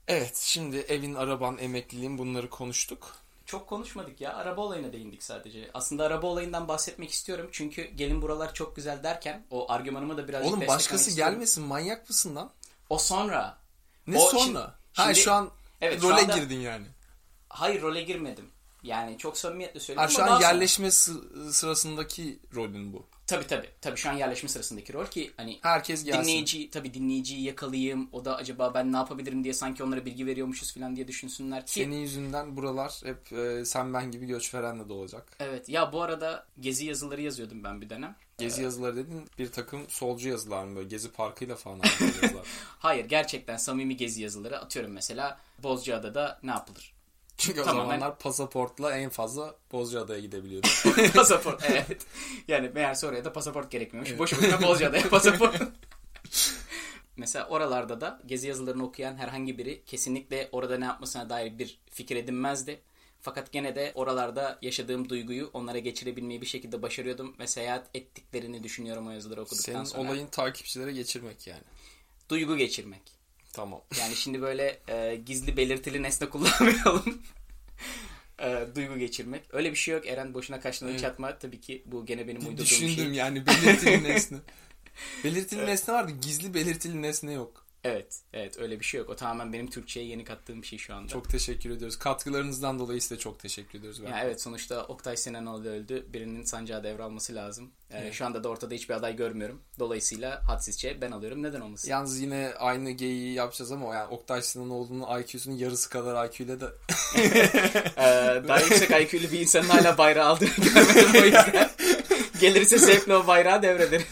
Evet, şimdi evin, araban, emekliliğin bunları konuştuk. Çok konuşmadık ya. Araba olayına değindik sadece. Aslında araba olayından bahsetmek istiyorum. Çünkü gelin buralar çok güzel derken o argümanımı da birazcık Oğlum desteklemek başkası istiyorum. gelmesin, manyak mısın lan? O sonra. Ne O sonra? şimdi, Şu an evet, şu role anda, girdin yani. hayır, role girmedim. Yani çok samimiyetle Ha, söylüyorum şu ama an daha yerleşme sırasındaki rolün bu. Tabii şu an yerleşme sırasındaki rol ki hani Herkes gelsin. dinleyiciyi yakalayayım. O da acaba ben ne yapabilirim diye sanki onlara bilgi veriyormuşuz falan diye düşünsünler ki. Senin yüzünden buralar hep sen ben gibi göç verenle dolacak. Evet ya, bu arada gezi yazıları yazıyordum ben bir dönem. Gezi yazıları dedin, bir takım solcu yazılar mı böyle? Gezi Parkı'yla falan yazılar. Hayır, gerçekten samimi gezi yazıları atıyorum mesela. Bozcaada'da ne yapılır? Çünkü o zamanlar pasaportla en fazla Bozcaada'ya gidebiliyordun. Pasaport, evet. Yani meğerse oraya da pasaport gerekmiyormuş. Evet. Boşu boşuna Bozcaada'ya pasaport. Mesela oralarda da gezi yazılarını okuyan herhangi biri kesinlikle orada ne yapmasına dair bir fikir edinmezdi. Fakat gene de oralarda yaşadığım duyguyu onlara geçirebilmeyi bir şekilde başarıyordum ve seyahat ettiklerini düşünüyorum o yazıları okuduktan sonra. Senin olayın takipçilere geçirmek yani. Duygu geçirmek. Tamam. Yani şimdi böyle gizli belirtili nesne kullanmayalım. Duygu geçirmek. Öyle bir şey yok Eren, boşuna kaşlarını çatma. Tabii ki bu gene benim uydurduğum bir şey. Düşündüm yani belirtili nesne. Belirtili nesne vardı, gizli belirtili nesne yok. Evet öyle bir şey yok. O tamamen benim Türkçe'ye yeni kattığım bir şey şu anda. Çok teşekkür ediyoruz. Katkılarınızdan dolayı size çok teşekkür ediyoruz. Ya evet, sonuçta Oktay Sinanoğlu öldü. Birinin sancağı devralması lazım. Şu anda da ortada hiçbir aday görmüyorum. Dolayısıyla hadsizce ben alıyorum. Neden olmasın? Yalnız yine aynı geyiği yapacağız ama yani Oktay Sinanoğlu'nun IQ'sunun yarısı kadar IQ ile de daha yüksek IQ'lu bir insanın hala bayrağı aldığını görmedim o yüzden. Gelirse zevkle o bayrağı devrederim.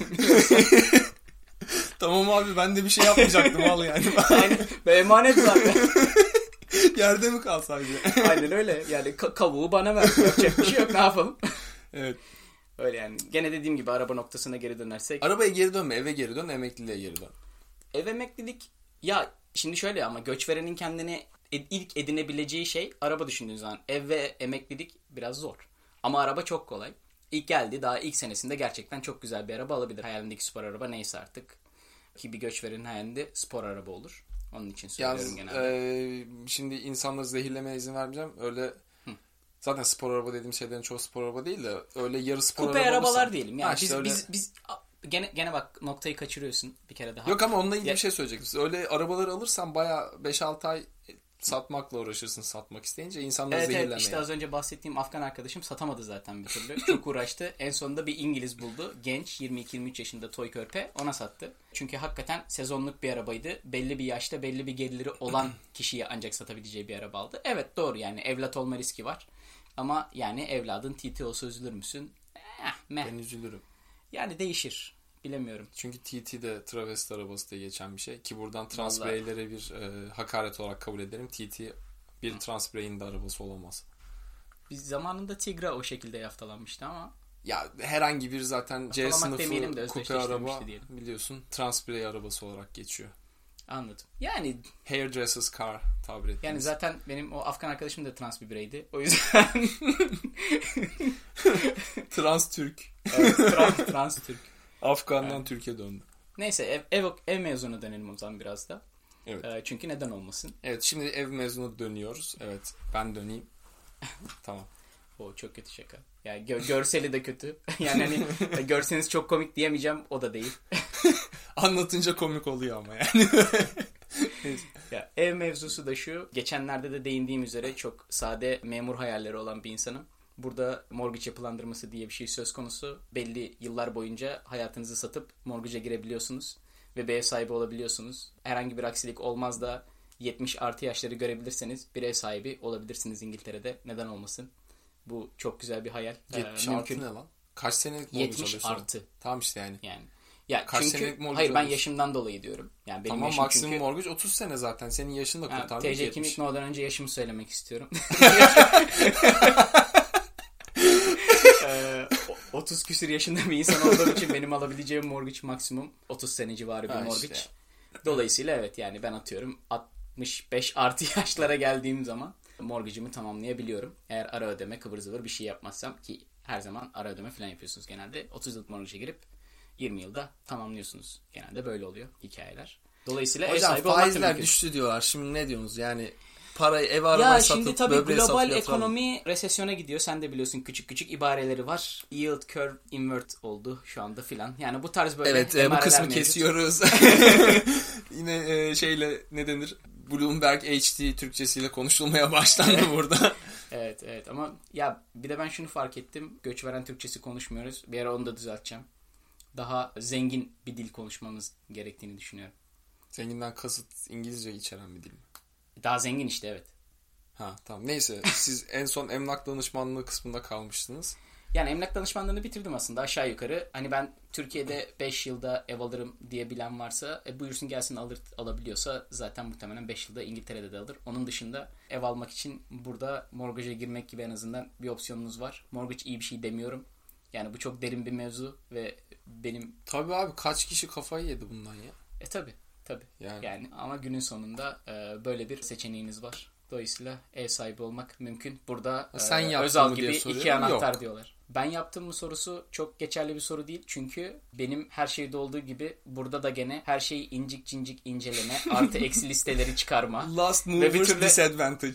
Tamam abi, ben de bir şey yapmayacaktım al yani. Aynen. Ve emanet zaten. Yerde mi kalsaydı? Aynen öyle. Yani kavuğu bana ver. Yapacak bir şey yok, ne yapalım? Evet. Öyle yani. Gene dediğim gibi araba noktasına geri dönersek. Arabaya geri dönme. Eve geri dön. Emekliliğe geri dön. Ev, emeklilik. Ya şimdi şöyle, ama göç verenin kendine ilk edinebileceği şey araba düşündüğün zaman. Ev ve emeklilik biraz zor. Ama araba çok kolay. İlk geldi, daha ilk senesinde gerçekten çok güzel bir araba alabilir. Hayalindeki spor araba neyse artık. Ki bir göç verenin hayalinde spor araba olur. Onun için söylüyorum genelde. Şimdi insanları zehirlemeye izin vermeyeceğim. Öyle zaten spor araba dediğim şeylerin çoğu spor araba değil de öyle yarı spor kupe araba arabalar olursa, diyelim. Yani işte biz gene bak, noktayı kaçırıyorsun bir kere daha. Yok ama onunla ilgili bir şey söyleyecektim. Öyle arabaları alırsan bayağı 5-6 ay satmakla uğraşırsın, satmak isteyince insanları zehirlemeye. Evet, işte az önce bahsettiğim Afgan arkadaşım satamadı zaten bir türlü. Çok uğraştı. En sonunda bir İngiliz buldu. Genç, 22-23 yaşında toy körpe, ona sattı. Çünkü hakikaten sezonluk bir arabaydı. Belli bir yaşta belli bir geliri olan kişiye ancak satabileceği bir araba aldı. Evet, doğru, yani evlat olma riski var. Ama yani evladın TT olsa üzülür müsün? Ben üzülürüm. Yani değişir. Bilemiyorum. Çünkü TT de travesti arabası diye geçen bir şey. Ki buradan trans bireylere bir hakaret olarak kabul ederim. TT bir trans bireyin de arabası olamaz. Biz zamanında Tigra o şekilde yaftalanmıştı ama. Ya herhangi bir zaten C sınıfı kupe araba diyelim. Biliyorsun trans birey arabası olarak geçiyor. Anladım. Yani hairdresser's car tabir ettiğimiz. Yani zaten benim o Afgan arkadaşım da trans bir bireydi. O yüzden trans Türk. Evet, trans Türk. Afgan'dan Türkiye döndü. Neyse ev mezunu dönelim o zaman biraz da. Evet. Çünkü neden olmasın? Evet, şimdi ev mezunu dönüyoruz. Evet, ben döneyim. Tamam. O çok kötü şaka. Yani görseli de kötü. Yani hani görseniz çok komik diyemeyeceğim, o da değil. Anlatınca komik oluyor ama yani. Ya, ev mevzusu da şu. Geçenlerde de değindiğim üzere çok sade memur hayalleri olan bir insanım. Burada mortgage yapılandırması diye bir şey söz konusu. Belli yıllar boyunca hayatınızı satıp mortgage'a girebiliyorsunuz. Ve bir ev sahibi olabiliyorsunuz. Herhangi bir aksilik olmaz da 70 artı yaşları görebilirseniz bir ev sahibi olabilirsiniz İngiltere'de. Neden olmasın? Bu çok güzel bir hayal. 70 artı ne lan? Kaç senelik mortgage 70 artı. Tamam işte yani. Ya kaç çünkü hayır, ben yaşımdan dolayı diyorum. Yani benim tamam, maksimum çünkü mortgage 30 sene zaten. Senin yaşın da kurtarmıyor. TC kimlik olmadan önce yaşımı söylemek istiyorum. 30 küsür yaşında bir insan olduğum için benim alabileceğim mortgage maksimum 30 sene civarı bir mortgage. İşte. Dolayısıyla evet, yani ben atıyorum 65 artı yaşlara geldiğim zaman mortgage'ımı tamamlayabiliyorum. Eğer ara ödeme kıvır zıvır bir şey yapmazsam, ki her zaman ara ödeme falan yapıyorsunuz genelde. 30 yıllık mortgage'e girip 20 yılda tamamlıyorsunuz. Genelde böyle oluyor hikayeler. Dolayısıyla ev hocam sahibi olmak faizler mümkün. düştü diyorlar. Şimdi ne diyorsunuz? Yani parayı ev arabayı satıp şimdi tabii böbreği global satıp ekonomi resesyona gidiyor. Sen de biliyorsun küçük küçük ibareleri var. Yield curve invert oldu şu anda filan. Yani bu tarz böyle evet bu kısmı mevcut. Kesiyoruz. Yine şeyle ne denir? Bloomberg HD Türkçesiyle konuşulmaya başlandı burada. Evet ama ya bir de ben şunu fark ettim. Göç veren Türkçesi konuşmuyoruz. Bir ara onu da düzelteceğim. Daha zengin bir dil konuşmamız gerektiğini düşünüyorum. Zenginden kasıt İngilizce içeren bir dil mi? Daha zengin işte, evet. Ha tamam. Neyse siz en son emlak danışmanlığı kısmında kalmıştınız. Yani emlak danışmanlığını bitirdim aslında aşağı yukarı. Hani ben Türkiye'de 5 yılda ev alırım diye bilen varsa buyursun gelsin alabiliyorsa zaten muhtemelen 5 yılda İngiltere'de de alır. Onun dışında ev almak için burada mortgage'a girmek gibi en azından bir opsiyonunuz var. Mortgage iyi bir şey demiyorum. Yani bu çok derin bir mevzu ve benim... Tabii abi kaç kişi kafayı yedi bundan ya? Tabii. Yani ama günün sonunda böyle bir seçeneğiniz var. Dolayısıyla ev sahibi olmak mümkün. Burada sen Özal gibi 2 anahtar yok diyorlar. Ben yaptım mı sorusu çok geçerli bir soru değil. Çünkü benim her şeyde olduğu gibi burada da gene her şeyi incik cincik inceleme, artı eksi listeleri çıkarma. Last movers disadvantage.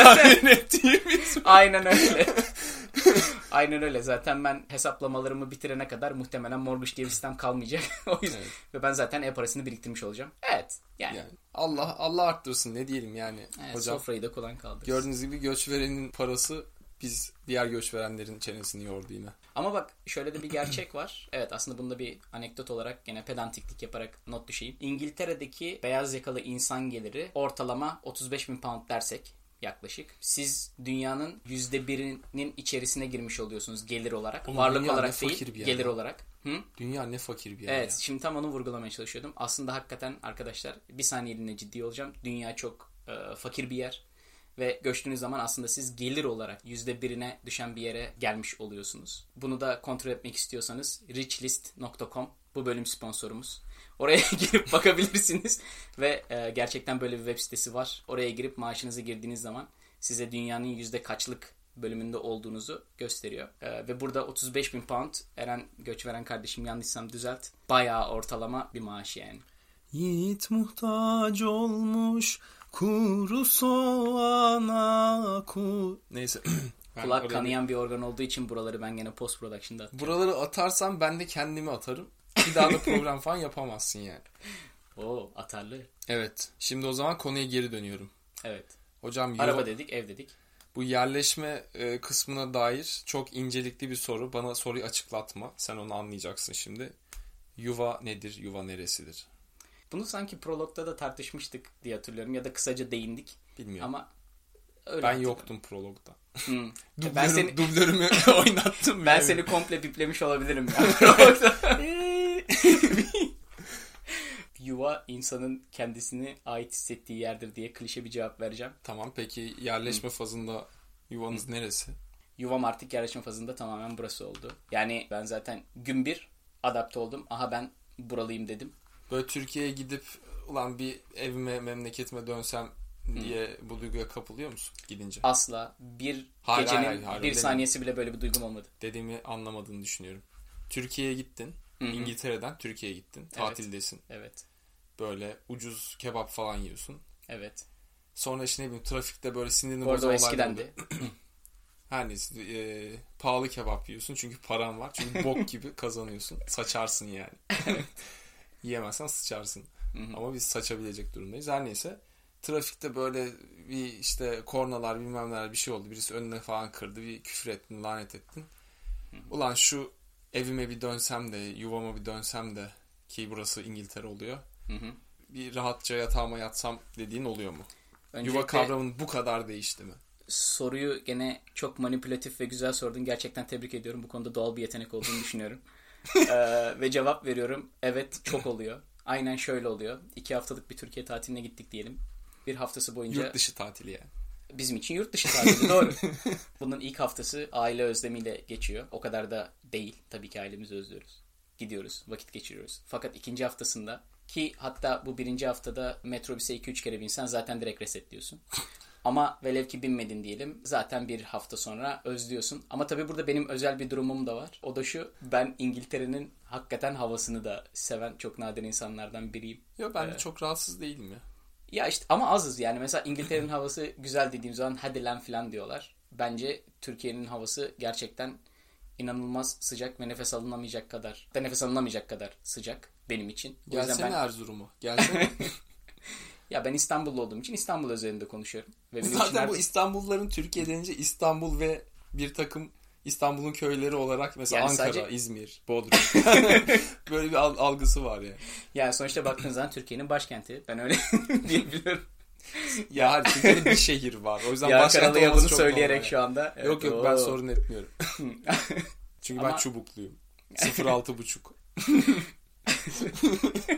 Aynen öyle. Aynen öyle. Zaten ben hesaplamalarımı bitirene kadar muhtemelen mortgage diye bir sistem kalmayacak. O yüzden. Evet. Ve ben zaten ev parasını biriktirmiş olacağım. Evet. Yani. Allah arttırsın ne diyelim yani. Evet, hocam. Sofrayı da kulağın kaldırsın. Gördüğünüz gibi göç verenin parası biz diğer göç verenlerin çenesini yordu yine. Ama bak şöyle de bir gerçek var. Evet, aslında bunda bir anekdot olarak gene pedantiklik yaparak not düşeyim. İngiltere'deki beyaz yakalı insan geliri ortalama 35.000 pound dersek yaklaşık. Siz dünyanın %1'inin içerisine girmiş oluyorsunuz gelir olarak. Varlık olarak değil, gelir olarak. Dünya ne fakir bir yer. Evet, şimdi tam onu vurgulamaya çalışıyordum. Aslında hakikaten arkadaşlar bir saniyeliğine ciddi olacağım. Dünya çok fakir bir yer. Ve göçtüğünüz zaman aslında siz gelir olarak %1'ine düşen bir yere gelmiş oluyorsunuz. Bunu da kontrol etmek istiyorsanız richlist.com bu bölüm sponsorumuz. Oraya girip bakabilirsiniz ve gerçekten böyle bir web sitesi var. Oraya girip maaşınızı girdiğiniz zaman size dünyanın yüzde kaçlık bölümünde olduğunuzu gösteriyor. Ve burada 35.000 pound, Eren göç veren kardeşim yanlışsam düzelt, bayağı ortalama bir maaş yani. Yiğit muhtaç olmuş kuru soğana Neyse. Kulak kanayan bir organ olduğu için buraları ben gene post production'da atacağım. Buraları atarsam ben de kendimi atarım. Bir daha da program falan yapamazsın yani. Oo, atarlı. Evet. Şimdi o zaman konuya geri dönüyorum. Evet. Hocam araba dedik, ev dedik. Bu yerleşme kısmına dair çok incelikli bir soru. Bana soruyu açıklatma. Sen onu anlayacaksın şimdi. Yuva nedir? Yuva neresidir? Bunu sanki prologda da tartışmıştık diye hatırlıyorum. Ya da kısaca değindik. Bilmiyorum. Ama öyle ben yoktum prologda. Dublörümü oynattım. Ben seni komple biplemiş olabilirim. Prologda. Yuva insanın kendisini ait hissettiği yerdir diye klişe bir cevap vereceğim. Tamam, peki yerleşme fazında yuvanız neresi? Yuvam artık yerleşme fazında tamamen burası oldu. Yani ben zaten gün bir adapte oldum. Aha ben buralıyım dedim. Böyle Türkiye'ye gidip ulan bir evime memleketime dönsem diye bu duyguya kapılıyor musun gidince? Asla. Gecenin bir saniyesi bile böyle bir duygum olmadı. Dediğimi anlamadığını düşünüyorum. Türkiye'ye gittin. İngiltere'den Türkiye'ye gittin. Tatildesin. Evet. Böyle ucuz kebap falan yiyorsun. Evet. Sonra işte ne bileyim trafikte böyle sinirini bozan olaylar eskidendi. Her neyse pahalı kebap yiyorsun çünkü paran var. Çünkü bok gibi kazanıyorsun. Saçarsın yani. Yiyemezsen sıçarsın. Ama biz saçabilecek durumdayız. Her neyse. Trafikte böyle bir işte kornalar bilmem neler bir şey oldu. Birisi önüne falan kırdı. Bir küfür ettin, lanet ettin. Ulan şu evime bir dönsem de, yuvama bir dönsem de, ki burası İngiltere oluyor. Bir rahatça yatağıma yatsam dediğin oluyor mu? Öncelikle, yuva kavramın bu kadar değişti mi? Soruyu gene çok manipülatif ve güzel sordun. Gerçekten tebrik ediyorum. Bu konuda doğal bir yetenek olduğunu düşünüyorum. Ve cevap veriyorum. Evet, çok oluyor. Aynen şöyle oluyor. 2 haftalık bir Türkiye tatiline gittik diyelim. Bir haftası boyunca... Yurt dışı tatili yani. Bizim için yurt dışı tatili, doğru. Bunun ilk haftası aile özlemiyle geçiyor. O kadar da değil. Tabii ki ailemizi özlüyoruz. Gidiyoruz, vakit geçiriyoruz. Fakat ikinci haftasında, ki hatta bu birinci haftada metrobüse 2-3 kere binsen zaten direkt resetliyorsun. Ama velev ki binmedin diyelim, zaten bir hafta sonra özlüyorsun. Ama tabii burada benim özel bir durumum da var. O da şu: ben İngiltere'nin hakikaten havasını da seven çok nadir insanlardan biriyim. Yok ben de çok rahatsız değilim ya. Ya işte ama azız yani. Mesela İngiltere'nin havası güzel dediğim zaman hadi lan falan diyorlar. Bence Türkiye'nin havası gerçekten inanılmaz sıcak ve nefes alınamayacak kadar sıcak benim için. O yüzden Gelsene Erzurum'a. Gelsene. Ya ben İstanbullu olduğum için İstanbul özelinde konuşuyorum. Ve benim Zaten için artık... bu İstanbulluların Türkiye denince İstanbul ve bir takım İstanbul'un köyleri olarak mesela yani Ankara, sadece... İzmir, Bodrum. Böyle bir algısı var yani. Yani sonuçta baktığın zaman Türkiye'nin başkenti. Ben öyle diyebiliyorum. Ya hayır, Türkiye'de bir şehir var. O yüzden ya başkent bunu olması çok söyleyerek normal. Şu anda. Evet, yok ben sorun etmiyorum. Çünkü ben çubukluyum. 0.6,5.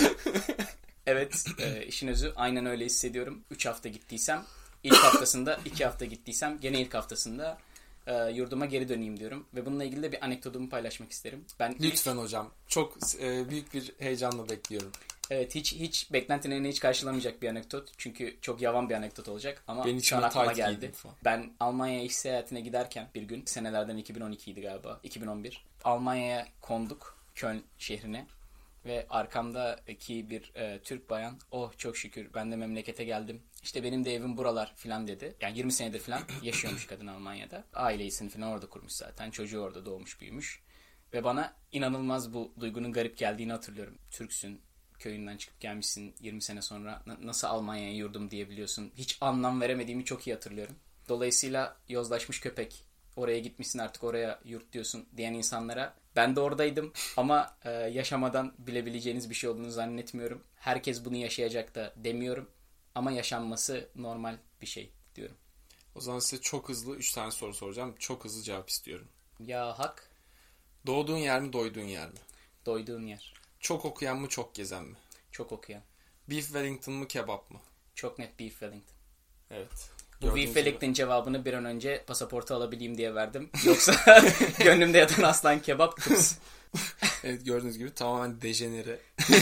Evet, işin özü aynen öyle hissediyorum. 3 hafta gittiysem, ilk haftasında 2 hafta gittiysem, gene ilk haftasında yurduma geri döneyim diyorum. Ve bununla ilgili de bir anekdotumu paylaşmak isterim. Lütfen hocam. Çok büyük bir heyecanla bekliyorum. Evet, hiç beklentilerini hiç karşılamayacak bir anekdot. Çünkü çok yavan bir anekdot olacak. Ama benim şu an aklıma geldi. geldi. Ben Almanya'ya iş seyahatine giderken bir gün, senelerden 2012 idi galiba, 2011. Almanya'ya konduk, Köln şehrine. Ve arkamdaki bir Türk bayan, oh çok şükür ben de memlekete geldim. İşte benim de evim buralar falan dedi. Yani 20 senedir falan yaşıyormuş kadın Almanya'da. Ailesini falan orada kurmuş zaten. Çocuğu orada doğmuş büyümüş. Ve bana inanılmaz bu duygunun garip geldiğini hatırlıyorum. Türksün, köyünden çıkıp gelmişsin 20 sene sonra. Nasıl Almanya'ya yurdum diyebiliyorsun. Hiç anlam veremediğimi çok iyi hatırlıyorum. Dolayısıyla yozlaşmış köpek, oraya gitmişsin artık oraya yurt diyorsun diyen insanlara ben de oradaydım ama yaşamadan bilebileceğiniz bir şey olduğunu zannetmiyorum. Herkes bunu yaşayacak da demiyorum ama yaşanması normal bir şey diyorum. O zaman size çok hızlı 3 tane soru soracağım. Çok hızlı cevap istiyorum. Ya hak? Doğduğun yer mi, doyduğun yer mi? Doyduğun yer. Çok okuyan mı, çok gezen mi? Çok okuyan. Beef Wellington mı, kebap mı? Çok net Beef Wellington. Evet. Bu Beef Wellington cevabını bir an önce pasaportu alabileyim diye verdim. Yoksa gönlümde yatan aslan kebap kız. Evet, gördüğünüz gibi tamamen dejenere.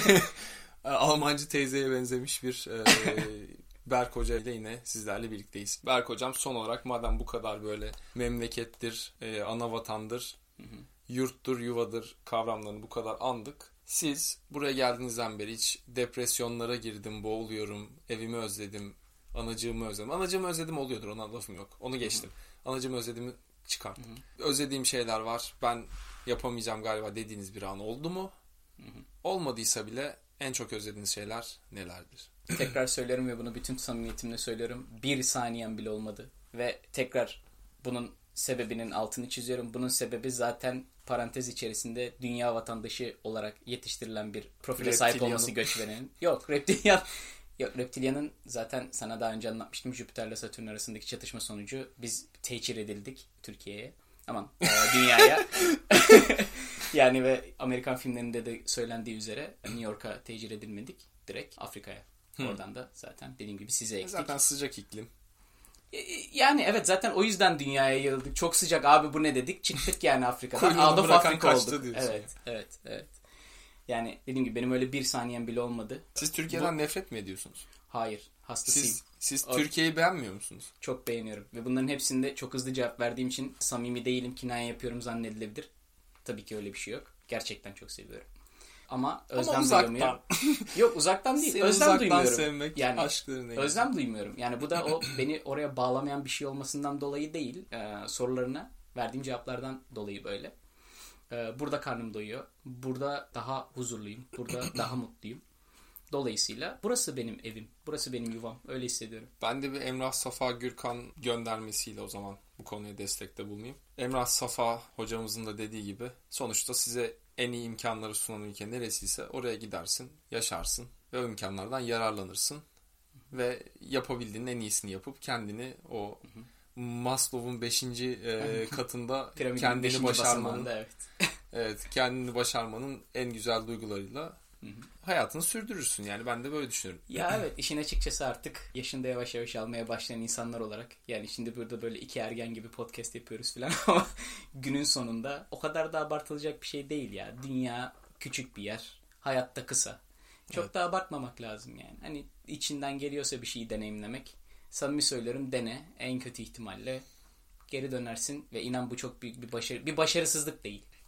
Almancı teyzeye benzemiş bir Berk Hoca ile yine sizlerle birlikteyiz. Berk Hocam, son olarak madem bu kadar böyle memlekettir, ana vatandır, yurttur, yuvadır kavramlarını bu kadar andık. Siz buraya geldiğinizden beri hiç depresyonlara girdim, boğuluyorum, evimi özledim, anacığımı özledim. Anacığımı özledim oluyordur, ona lafım yok. Onu geçtim. Anacığımı özlediğimi çıkarttım. Özlediğim şeyler var. Ben yapamayacağım galiba dediğiniz bir an oldu mu? Olmadıysa bile en çok özlediğiniz şeyler nelerdir? Tekrar söylerim ve bunu bütün samimiyetimle söylüyorum. Bir saniyem bile olmadı. Ve tekrar bunun sebebinin altını çiziyorum. Bunun sebebi zaten parantez içerisinde dünya vatandaşı olarak yetiştirilen bir profile sahip olması göçmenin. Yok, Reptilian'ın zaten sana daha önce anlatmıştım. Jüpiter'le Satürn arasındaki çatışma sonucu biz tehcir edildik Türkiye'ye. Aman dünyaya. Yani ve Amerikan filmlerinde de söylendiği üzere New York'a tehcir edilmedik. Direkt Afrika'ya. Oradan da zaten dediğim gibi size ektik. Zaten sıcak iklim. Yani evet, zaten o yüzden dünyaya yayıldık. Çok sıcak abi bu ne dedik. Çıktık yani Afrika'dan. Kuyruğunu Out of bırakan Africa kaçtı olduk. diyorsun. Evet. Yani dediğim gibi benim öyle bir saniyem bile olmadı. Siz Türkiye'den nefret mi ediyorsunuz? Hayır. Hastasıyım. Siz Türkiye'yi beğenmiyor musunuz? Çok beğeniyorum. Ve bunların hepsinde çok hızlı cevap verdiğim için samimi değilim, kinaye yapıyorum zannedilebilir. Tabii ki öyle bir şey yok. Gerçekten çok seviyorum. Ama özlem duymuyorum. Yok, uzaktan değil. Seni özlem uzaktan duymuyorum. Sevmek, yani özlem duymuyorum. Yani bu da o beni oraya bağlamayan bir şey olmasından dolayı değil. Sorularına verdiğim cevaplardan dolayı böyle. Burada karnım doyuyor. Burada daha huzurluyum. Burada daha mutluyum. Dolayısıyla burası benim evim. Burası benim yuvam. Öyle hissediyorum. Ben de bir Emrah Safa Gürkan göndermesiyle o zaman bu konuya destekte bulunayım. Emrah Safa hocamızın da dediği gibi sonuçta size en iyi imkanları sunan ülke neresiyse oraya gidersin, yaşarsın ve o imkanlardan yararlanırsın. Ve yapabildiğinin en iyisini yapıp kendini o Maslow'un 5. katında kendini başarmanın evet, kendini başarmanın en güzel duygularıyla hayatını sürdürürsün. Yani ben de böyle düşünüyorum. Ya evet, işin açıkçası artık yaşında yavaş yavaş almaya başlayan insanlar olarak, yani şimdi burada böyle iki ergen gibi podcast yapıyoruz falan ama günün sonunda o kadar da abartılacak bir şey değil ya. Dünya küçük bir yer. Hayatta kısa. Çok da abartmamak lazım yani. Hani içinden geliyorsa bir şeyi deneyimlemek. Samimi söylüyorum, dene. En kötü ihtimalle geri dönersin ve inan bu çok büyük bir başarı. Bir başarısızlık değil.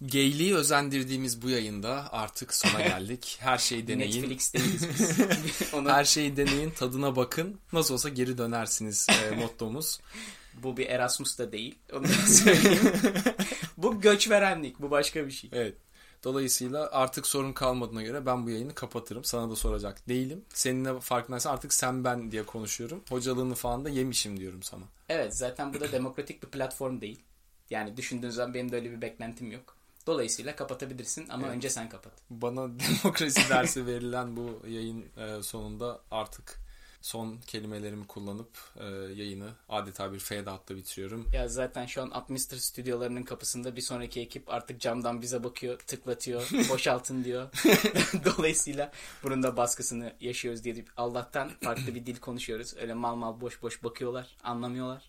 Geyliği özendirdiğimiz bu yayında artık sona geldik. Her şeyi deneyin. Netflix'teyiz biz. Her şeyi deneyin, tadına bakın. Nasıl olsa geri dönersiniz mottomuz. Bu bir Erasmus da değil. Onu da söyleyeyim. Bu göçverenlik. Bu başka bir şey. Evet. Dolayısıyla artık sorun kalmadığına göre ben bu yayını kapatırım. Sana da soracak değilim. Seninle farkındaysan artık sen ben diye konuşuyorum. Hocalığını falan da yemişim diyorum sana. Evet, zaten bu da demokratik bir platform değil. Yani düşündüğün zaman benim de öyle bir beklentim yok. Dolayısıyla kapatabilirsin ama önce sen kapat. Bana demokrasi dersi verilen bu yayın sonunda artık son kelimelerimi kullanıp yayını adeta bir fade out'la bitiriyorum. Ya zaten şu an Upminster stüdyolarının kapısında bir sonraki ekip artık camdan bize bakıyor, tıklatıyor, boşaltın diyor. Dolayısıyla bunun da baskısını yaşıyoruz diye Allah'tan farklı bir dil konuşuyoruz. Öyle mal mal boş boş bakıyorlar, anlamıyorlar.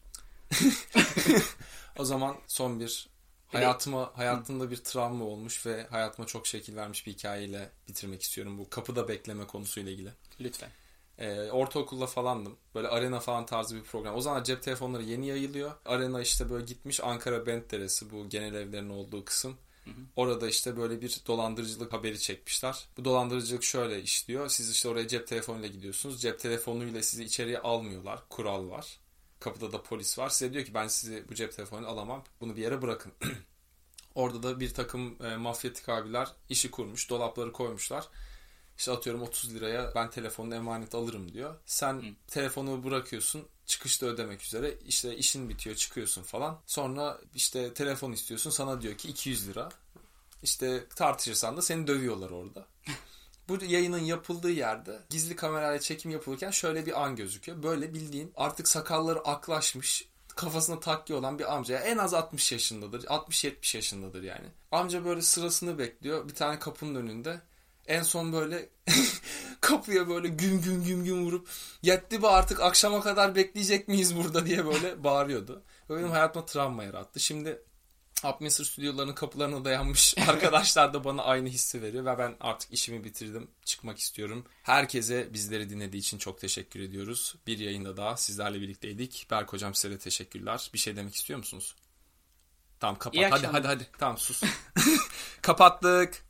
O zaman son bir hayatımda bir travma olmuş ve hayatıma çok şekil vermiş bir hikayeyle bitirmek istiyorum. Bu kapıda bekleme konusuyla ilgili. Lütfen. Ortaokulda falandım. Böyle arena falan tarzı bir program. O zaman cep telefonları yeni yayılıyor. Arena işte böyle gitmiş Ankara Bentderesi, bu genel evlerin olduğu kısım. Orada işte böyle bir dolandırıcılık haberi çekmişler. Bu dolandırıcılık şöyle işliyor. Siz işte oraya cep telefonuyla gidiyorsunuz. Cep telefonuyla sizi içeriye almıyorlar. Kural var. Kapıda da polis var. Size diyor ki ben sizi bu cep telefonuyla alamam. Bunu bir yere bırakın. Orada da bir takım mafyatik abiler işi kurmuş. Dolapları koymuşlar. İşte atıyorum 30 liraya ben telefonunu emanet alırım diyor. Sen telefonu bırakıyorsun. Çıkışta ödemek üzere. İşte işin bitiyor, çıkıyorsun falan. Sonra işte telefon istiyorsun. Sana diyor ki 200 lira. İşte tartışırsan da seni dövüyorlar orada. Bu yayının yapıldığı yerde gizli kamerayla çekim yapılırken şöyle bir an gözüküyor. Böyle bildiğin artık sakalları aklaşmış, kafasına takki olan bir amca. En az 60 yaşındadır. 60-70 yaşındadır yani. Amca böyle sırasını bekliyor. Bir tane kapının önünde. En son böyle kapıya böyle güm güm güm güm vurup yetti be artık akşama kadar bekleyecek miyiz burada diye böyle bağırıyordu. Benim hayatıma travma yarattı. Şimdi Upminster stüdyolarının kapılarına dayanmış arkadaşlar da bana aynı hissi veriyor ve ben artık işimi bitirdim. Çıkmak istiyorum. Herkese bizleri dinlediği için çok teşekkür ediyoruz. Bir yayında daha sizlerle birlikteydik. Berk hocam size de teşekkürler. Bir şey demek istiyor musunuz? Tamam kapat. Hadi. Tamam sus. Kapattık.